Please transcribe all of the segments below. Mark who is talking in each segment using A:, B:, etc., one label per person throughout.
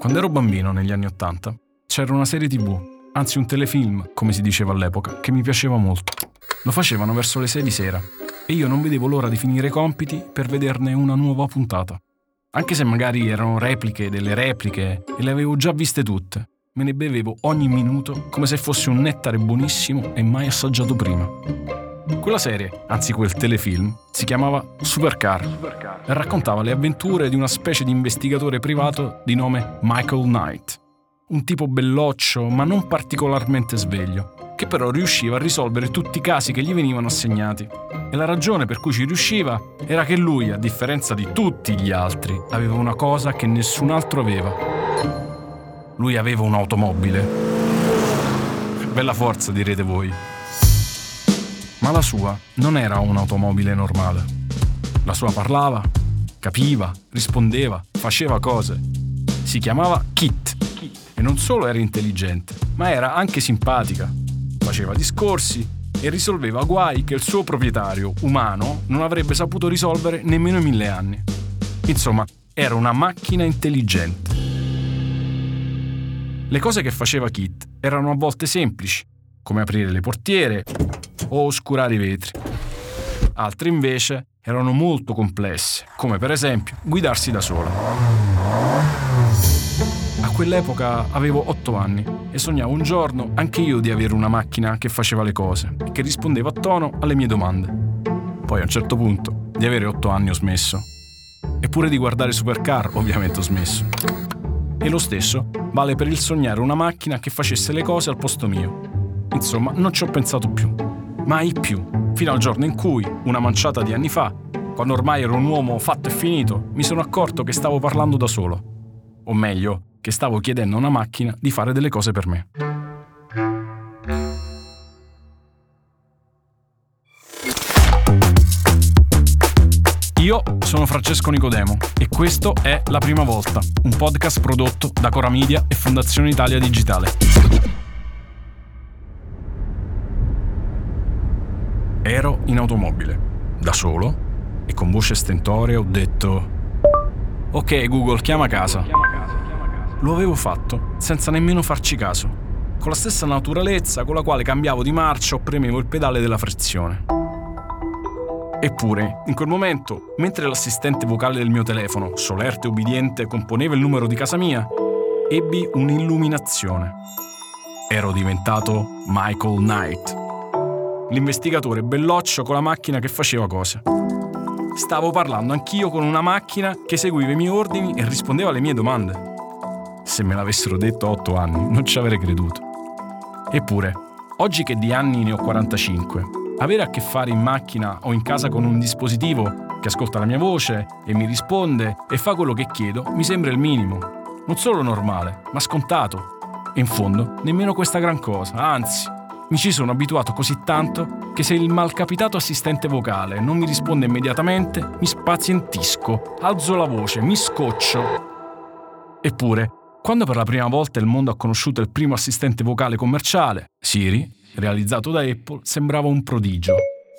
A: Quando ero bambino, negli anni '80, c'era una serie TV, anzi un telefilm, come si diceva all'epoca, che mi piaceva molto. Lo facevano verso le 6 di sera e io non vedevo l'ora di finire i compiti per vederne una nuova puntata. Anche se magari erano repliche delle repliche e le avevo già viste tutte, me ne bevevo ogni minuto come se fosse un nettare buonissimo e mai assaggiato prima. Quella serie, anzi quel telefilm, si chiamava Supercar e raccontava le avventure di una specie di investigatore privato di nome Michael Knight. Un tipo belloccio ma non particolarmente sveglio, che però riusciva a risolvere tutti i casi che gli venivano assegnati. E la ragione per cui ci riusciva era che lui, a differenza di tutti gli altri, aveva una cosa che nessun altro aveva. Lui aveva un'automobile. Bella forza, direte voi. Ma la sua non era un'automobile normale. La sua parlava, capiva, rispondeva, faceva cose. Si chiamava Kit e non solo era intelligente, ma era anche simpatica. Faceva discorsi e risolveva guai che il suo proprietario, umano, non avrebbe saputo risolvere nemmeno in 1000 anni. Insomma, era una macchina intelligente. Le cose che faceva Kit erano a volte semplici, come aprire le portiere o oscurare i vetri. Altre invece erano molto complesse, come per esempio guidarsi da sola. A quell'epoca avevo 8 anni e sognavo un giorno anche io di avere una macchina che faceva le cose e che rispondeva a tono alle mie domande. Poi a un certo punto, di avere 8 anni ho smesso. Eppure di guardare Supercar ovviamente ho smesso. E lo stesso vale per il sognare una macchina che facesse le cose al posto mio. Insomma, non ci ho pensato più. Mai più. Fino al giorno in cui, una manciata di anni fa, quando ormai ero un uomo fatto e finito, mi sono accorto che stavo parlando da solo. O meglio, che stavo chiedendo a una macchina di fare delle cose per me. Io sono Francesco Nicodemo e questo è La Prima Volta, un podcast prodotto da Cora Media e Fondazione Italia Digitale. Ero in automobile, da solo, e con voce stentorea ho detto: «Ok Google, chiama casa». Lo avevo fatto, senza nemmeno farci caso, con la stessa naturalezza con la quale cambiavo di marcia o premevo il pedale della frizione. Eppure, in quel momento, mentre l'assistente vocale del mio telefono, solerte e ubbidiente, componeva il numero di casa mia, ebbi un'illuminazione. Ero diventato Michael Knight, l'investigatore belloccio con la macchina che faceva cose. Stavo parlando anch'io con una macchina che seguiva i miei ordini e rispondeva alle mie domande. Se me l'avessero detto a 8 anni, non ci avrei creduto. Eppure, oggi che di anni ne ho 45, avere a che fare in macchina o in casa con un dispositivo che ascolta la mia voce e mi risponde e fa quello che chiedo mi sembra il minimo. Non solo normale, ma scontato. E in fondo, nemmeno questa gran cosa, anzi, mi ci sono abituato così tanto che se il malcapitato assistente vocale non mi risponde immediatamente, mi spazientisco, alzo la voce, mi scoccio. Eppure, quando per la prima volta il mondo ha conosciuto il primo assistente vocale commerciale, Siri, realizzato da Apple, sembrava un prodigio.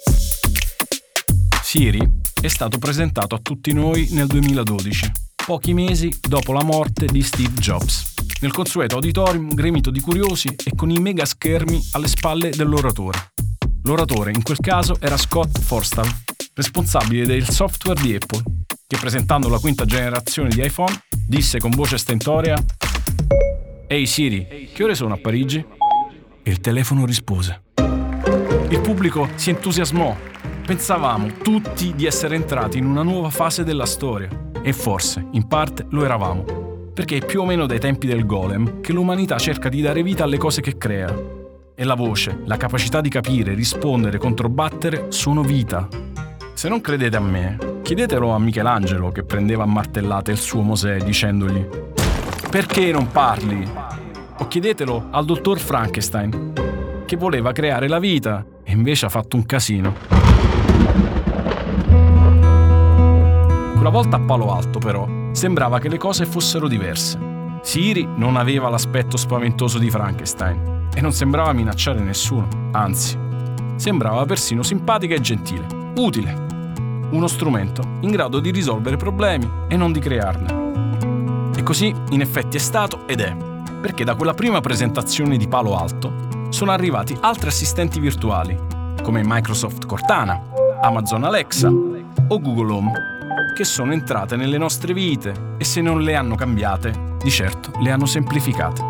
A: Siri è stato presentato a tutti noi nel 2012, pochi mesi dopo la morte di Steve Jobs, nel consueto auditorium gremito di curiosi e con i mega schermi alle spalle dell'oratore. L'oratore in quel caso era Scott Forstall, responsabile del software di Apple, che presentando la quinta generazione di iPhone disse con voce stentorea: «Ehi Siri, che ore sono a Parigi?» E il telefono rispose. Il pubblico si entusiasmò. Pensavamo tutti di essere entrati in una nuova fase della storia. E forse, in parte, lo eravamo. Perché è più o meno dai tempi del golem che l'umanità cerca di dare vita alle cose che crea. E la voce, la capacità di capire, rispondere, controbattere sono vita. Se non credete a me, chiedetelo a Michelangelo che prendeva a martellate il suo Mosè dicendogli: «Perché non parli?» O chiedetelo al dottor Frankenstein, che voleva creare la vita e invece ha fatto un casino. Quella volta a Palo Alto, però, sembrava che le cose fossero diverse. Siri non aveva l'aspetto spaventoso di Frankenstein e non sembrava minacciare nessuno, anzi, sembrava persino simpatica e gentile, utile. Uno strumento in grado di risolvere problemi e non di crearne. E così in effetti è stato ed è, perché da quella prima presentazione di Palo Alto sono arrivati altri assistenti virtuali, come Microsoft Cortana, Amazon Alexa o Google Home, che sono entrate nelle nostre vite e se non le hanno cambiate, di certo le hanno semplificate.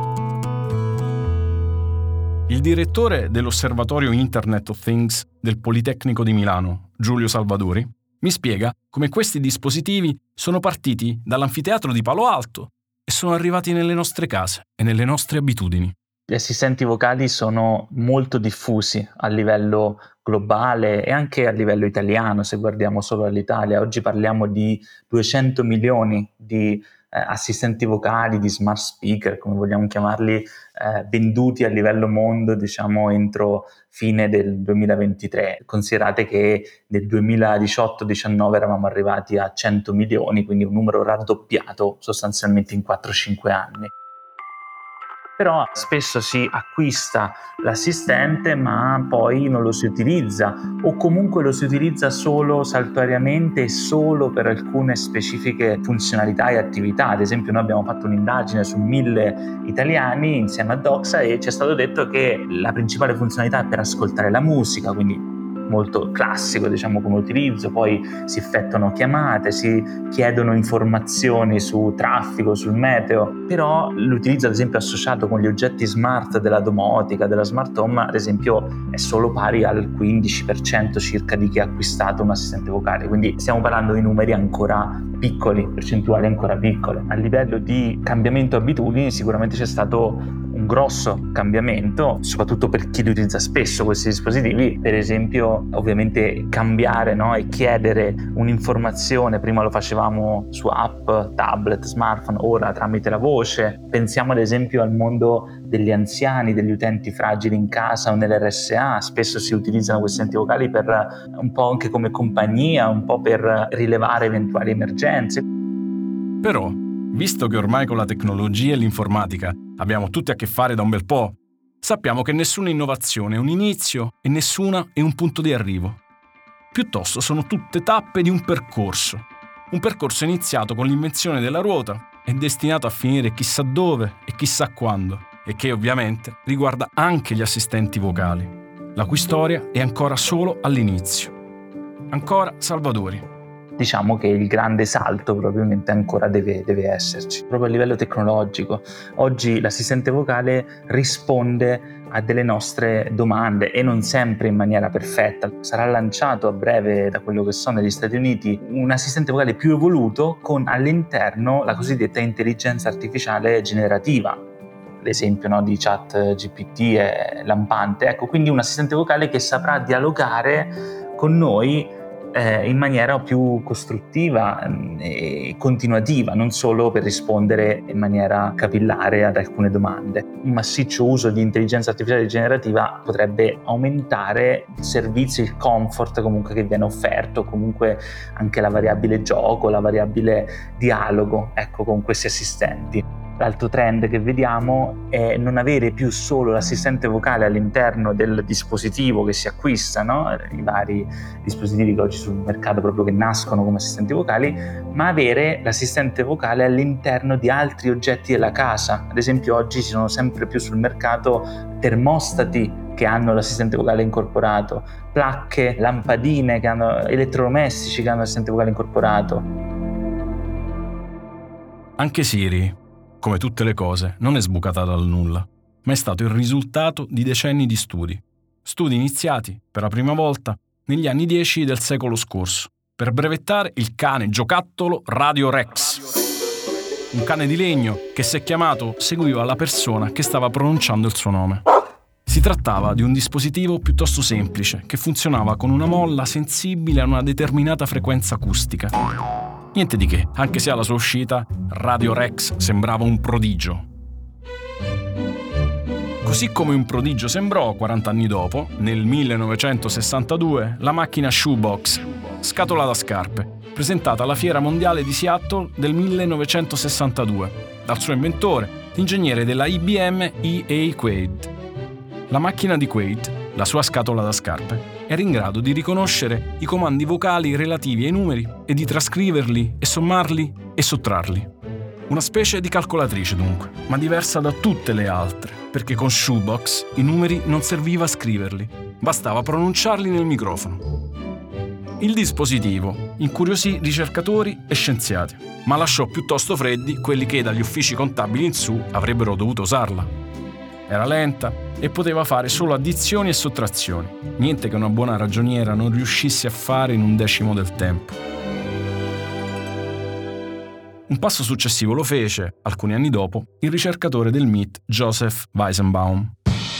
A: Il direttore dell'Osservatorio Internet of Things del Politecnico di Milano, Giulio Salvadori, mi spiega come questi dispositivi sono partiti dall'anfiteatro di Palo Alto e sono arrivati nelle nostre case e nelle nostre abitudini.
B: Gli assistenti vocali sono molto diffusi a livello globale e anche a livello italiano, se guardiamo solo all'Italia. Oggi parliamo di 200 milioni di assistenti vocali, di smart speaker, come vogliamo chiamarli, venduti a livello mondo, diciamo, entro fine del 2023. Considerate che nel 2018-19 eravamo arrivati a 100 milioni, quindi un numero raddoppiato sostanzialmente in 4-5 anni. Però spesso si acquista l'assistente ma poi non lo si utilizza, o comunque lo si utilizza solo saltuariamente e solo per alcune specifiche funzionalità e attività. Ad esempio noi abbiamo fatto un'indagine su 1000 italiani insieme a Doxa e ci è stato detto che la principale funzionalità è per ascoltare la musica, quindi molto classico, diciamo, come utilizzo. Poi si effettuano chiamate, si chiedono informazioni su traffico, sul meteo, però l'utilizzo ad esempio associato con gli oggetti smart della domotica, della smart home, ad esempio è solo pari al 15% circa di chi ha acquistato un assistente vocale, quindi stiamo parlando di numeri ancora piccoli, percentuali ancora piccole. A livello di cambiamento abitudini sicuramente c'è stato un grosso cambiamento, soprattutto per chi li utilizza spesso questi dispositivi. Per esempio, ovviamente cambiare, no? E chiedere un'informazione, prima lo facevamo su app, tablet, smartphone, ora tramite la voce. Pensiamo ad esempio al mondo degli anziani, degli utenti fragili in casa o nell'RSA, spesso si utilizzano questi assistenti vocali per un po' anche come compagnia, un po' per rilevare eventuali emergenze.
A: Però, visto che ormai con la tecnologia e l'informatica abbiamo tutti a che fare da un bel po', sappiamo che nessuna innovazione è un inizio e nessuna è un punto di arrivo. Piuttosto sono tutte tappe di un percorso iniziato con l'invenzione della ruota e destinato a finire chissà dove e chissà quando, e che ovviamente riguarda anche gli assistenti vocali, la cui storia è ancora solo all'inizio. Ancora Salvadori.
B: Diciamo che il grande salto probabilmente ancora deve esserci, proprio a livello tecnologico. Oggi l'assistente vocale risponde a delle nostre domande e non sempre in maniera perfetta. Sarà lanciato a breve, da quello che so, negli Stati Uniti, un assistente vocale più evoluto con all'interno la cosiddetta intelligenza artificiale generativa. L'esempio, no, di ChatGPT è lampante. Ecco, quindi un assistente vocale che saprà dialogare con noi in maniera più costruttiva e continuativa, non solo per rispondere in maniera capillare ad alcune domande. Un massiccio uso di intelligenza artificiale generativa potrebbe aumentare il servizio, il comfort comunque che viene offerto, comunque anche la variabile gioco, la variabile dialogo, ecco, con questi assistenti. L'altro trend che vediamo è non avere più solo l'assistente vocale all'interno del dispositivo che si acquista, no? I vari dispositivi che oggi sul mercato proprio che nascono come assistenti vocali, ma avere l'assistente vocale all'interno di altri oggetti della casa. Ad esempio oggi ci sono sempre più sul mercato termostati che hanno l'assistente vocale incorporato, placche, lampadine che hanno, elettrodomestici che hanno l'assistente vocale incorporato.
A: Anche Siri, come tutte le cose, non è sbucata dal nulla, ma è stato il risultato di decenni di studi iniziati per la prima volta negli anni 10 del secolo scorso, per brevettare il cane giocattolo Radio Rex, un cane di legno che, se chiamato, seguiva la persona che stava pronunciando il suo nome. Si trattava di un dispositivo piuttosto semplice, che funzionava con una molla sensibile a una determinata frequenza acustica. Niente di che, anche se alla sua uscita Radio Rex sembrava un prodigio. Così come un prodigio sembrò 40 anni dopo, nel 1962, la macchina Shoebox, scatola da scarpe, presentata alla Fiera Mondiale di Seattle del 1962, dal suo inventore, l'ingegnere della IBM E.A. Quaid. La macchina di Quaid, la sua scatola da scarpe, era in grado di riconoscere i comandi vocali relativi ai numeri e di trascriverli e sommarli e sottrarli. Una specie di calcolatrice dunque, ma diversa da tutte le altre, perché con Shoebox i numeri non serviva a scriverli, bastava pronunciarli nel microfono. Il dispositivo incuriosì ricercatori e scienziati, ma lasciò piuttosto freddi quelli che dagli uffici contabili in su avrebbero dovuto usarla. Era lenta e poteva fare solo addizioni e sottrazioni, niente che una buona ragioniera non riuscisse a fare in 1/10 del tempo. Un passo successivo lo fece, alcuni anni dopo, il ricercatore del MIT Joseph Weizenbaum.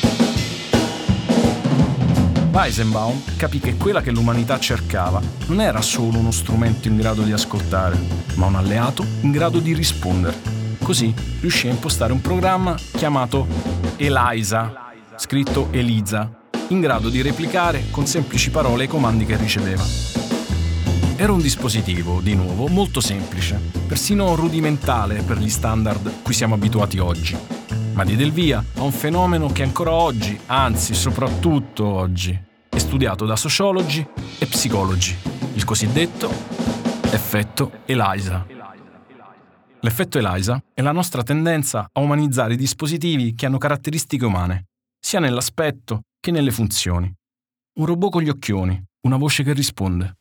A: Weizenbaum capì che quella che l'umanità cercava non era solo uno strumento in grado di ascoltare, ma un alleato in grado di rispondere. Così riuscì a impostare un programma chiamato ELIZA, scritto Eliza, in grado di replicare con semplici parole i comandi che riceveva. Era un dispositivo, di nuovo, molto semplice, persino rudimentale per gli standard cui siamo abituati oggi, ma diede il via a un fenomeno che ancora oggi, anzi soprattutto oggi, è studiato da sociologi e psicologi, il cosiddetto effetto ELIZA. L'effetto ELIZA è la nostra tendenza a umanizzare i dispositivi che hanno caratteristiche umane, sia nell'aspetto che nelle funzioni. Un robot con gli occhioni, una voce che risponde.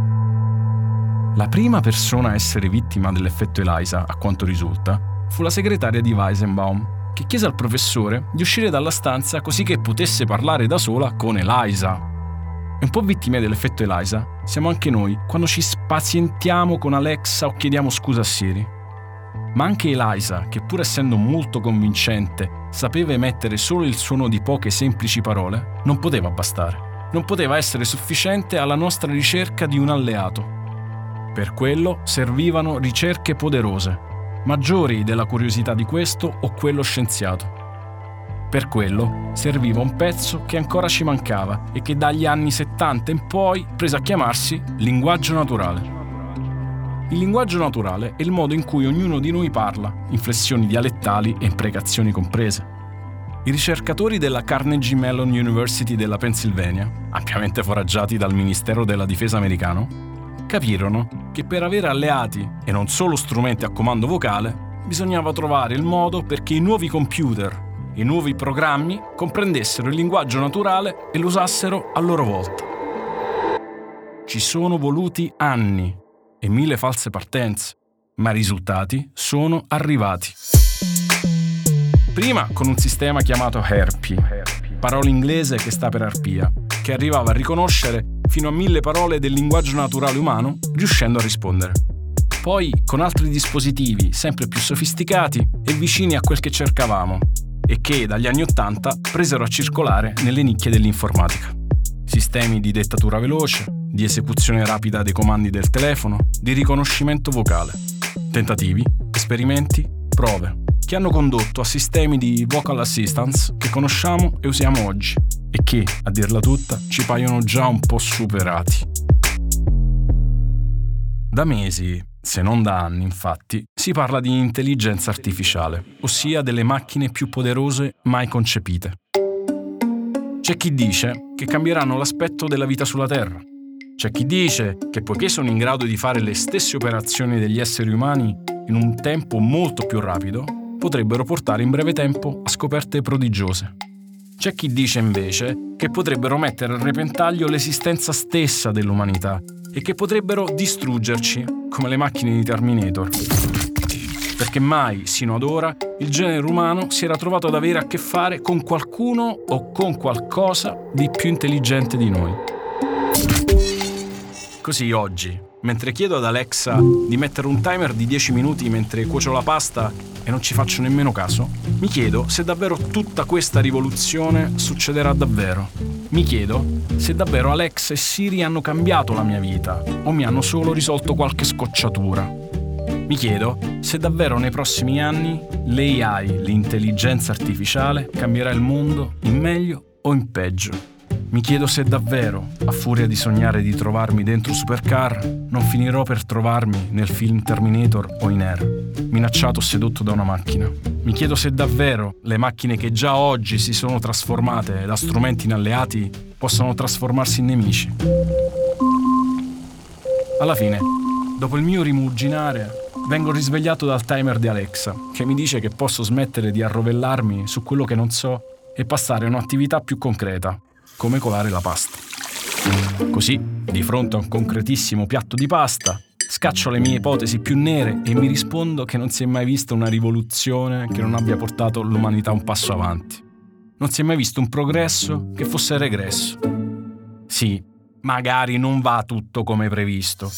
A: La prima persona a essere vittima dell'effetto ELIZA, a quanto risulta, fu la segretaria di Weizenbaum, che chiese al professore di uscire dalla stanza così che potesse parlare da sola con Eliza. E un po' vittime dell'effetto ELIZA siamo anche noi quando ci spazientiamo con Alexa o chiediamo scusa a Siri. Ma anche Eliza, che pur essendo molto convincente, sapeva emettere solo il suono di poche semplici parole, non poteva bastare. Non poteva essere sufficiente alla nostra ricerca di un alleato. Per quello servivano ricerche poderose, maggiori della curiosità di questo o quello scienziato. Per quello serviva un pezzo che ancora ci mancava e che dagli anni 70 in poi prese a chiamarsi linguaggio naturale. Il linguaggio naturale è il modo in cui ognuno di noi parla, inflessioni dialettali e imprecazioni comprese. I ricercatori della Carnegie Mellon University della Pennsylvania, ampiamente foraggiati dal Ministero della Difesa americano, capirono che per avere alleati e non solo strumenti a comando vocale, bisognava trovare il modo perché i nuovi computer e i nuovi programmi comprendessero il linguaggio naturale e lo usassero a loro volta. Ci sono voluti anni e 1000 false partenze, ma i risultati sono arrivati. Prima con un sistema chiamato Herpy, parola inglese che sta per arpia, che arrivava a riconoscere fino a 1000 parole del linguaggio naturale umano, riuscendo a rispondere. Poi con altri dispositivi sempre più sofisticati e vicini a quel che cercavamo, e che dagli anni '80 presero a circolare nelle nicchie dell'informatica. Sistemi di dettatura veloce, di esecuzione rapida dei comandi del telefono, di riconoscimento vocale. Tentativi, esperimenti, prove, che hanno condotto a sistemi di vocal assistance che conosciamo e usiamo oggi e che, a dirla tutta, ci paiono già un po' superati. Da mesi, se non da anni, infatti, si parla di intelligenza artificiale, ossia delle macchine più poderose mai concepite. C'è chi dice che cambieranno l'aspetto della vita sulla Terra. C'è chi dice che poiché sono in grado di fare le stesse operazioni degli esseri umani in un tempo molto più rapido, potrebbero portare in breve tempo a scoperte prodigiose. C'è chi dice invece che potrebbero mettere a repentaglio l'esistenza stessa dell'umanità e che potrebbero distruggerci, come le macchine di Terminator. Perché mai, sino ad ora, il genere umano si era trovato ad avere a che fare con qualcuno o con qualcosa di più intelligente di noi. Così oggi, mentre chiedo ad Alexa di mettere un timer di 10 minuti mentre cuocio la pasta e non ci faccio nemmeno caso, mi chiedo se davvero tutta questa rivoluzione succederà davvero. Mi chiedo se davvero Alexa e Siri hanno cambiato la mia vita o mi hanno solo risolto qualche scocciatura. Mi chiedo se davvero nei prossimi anni l'AI, l'intelligenza artificiale, cambierà il mondo in meglio o in peggio. Mi chiedo se davvero, a furia di sognare di trovarmi dentro supercar, non finirò per trovarmi nel film Terminator o in Air, minacciato o sedotto da una macchina. Mi chiedo se davvero le macchine che già oggi si sono trasformate da strumenti in alleati possano trasformarsi in nemici. Alla fine, dopo il mio rimuginare, vengo risvegliato dal timer di Alexa, che mi dice che posso smettere di arrovellarmi su quello che non so e passare a un'attività più concreta, come colare la pasta. Così, di fronte a un concretissimo piatto di pasta, scaccio le mie ipotesi più nere e mi rispondo che non si è mai vista una rivoluzione che non abbia portato l'umanità un passo avanti. Non si è mai visto un progresso che fosse regresso. Sì, magari non va tutto come previsto.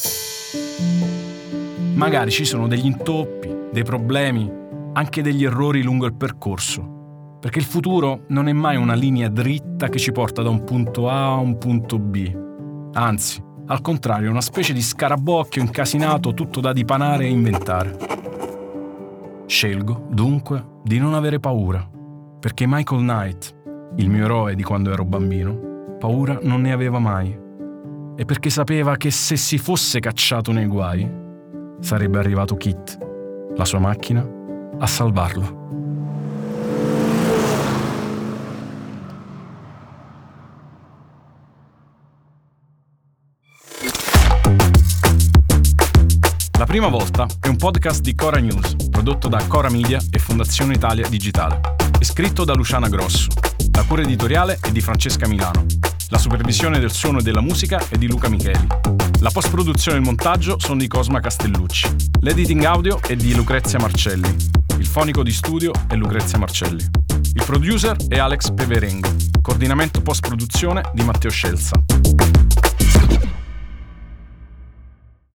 A: Magari ci sono degli intoppi, dei problemi, anche degli errori lungo il percorso. Perché il futuro non è mai una linea dritta che ci porta da un punto A a un punto B. Anzi, al contrario, è una specie di scarabocchio incasinato tutto da dipanare e inventare. Scelgo, dunque, di non avere paura. Perché Michael Knight, il mio eroe di quando ero bambino, paura non ne aveva mai. E perché sapeva che se si fosse cacciato nei guai, sarebbe arrivato Kit, la sua macchina, a salvarlo. La prima volta è un podcast di Cora News, prodotto da Cora Media e Fondazione Italia Digitale. È scritto da Luciana Grosso. La cura editoriale è di Francesca Milano. La supervisione del suono e della musica è di Luca Micheli. La post-produzione e il montaggio sono di Cosma Castellucci. L'editing audio è di Lucrezia Marcelli. Il fonico di studio è Lucrezia Marcelli. Il producer è Alex Peverengo. Coordinamento post-produzione di Matteo Scelsa.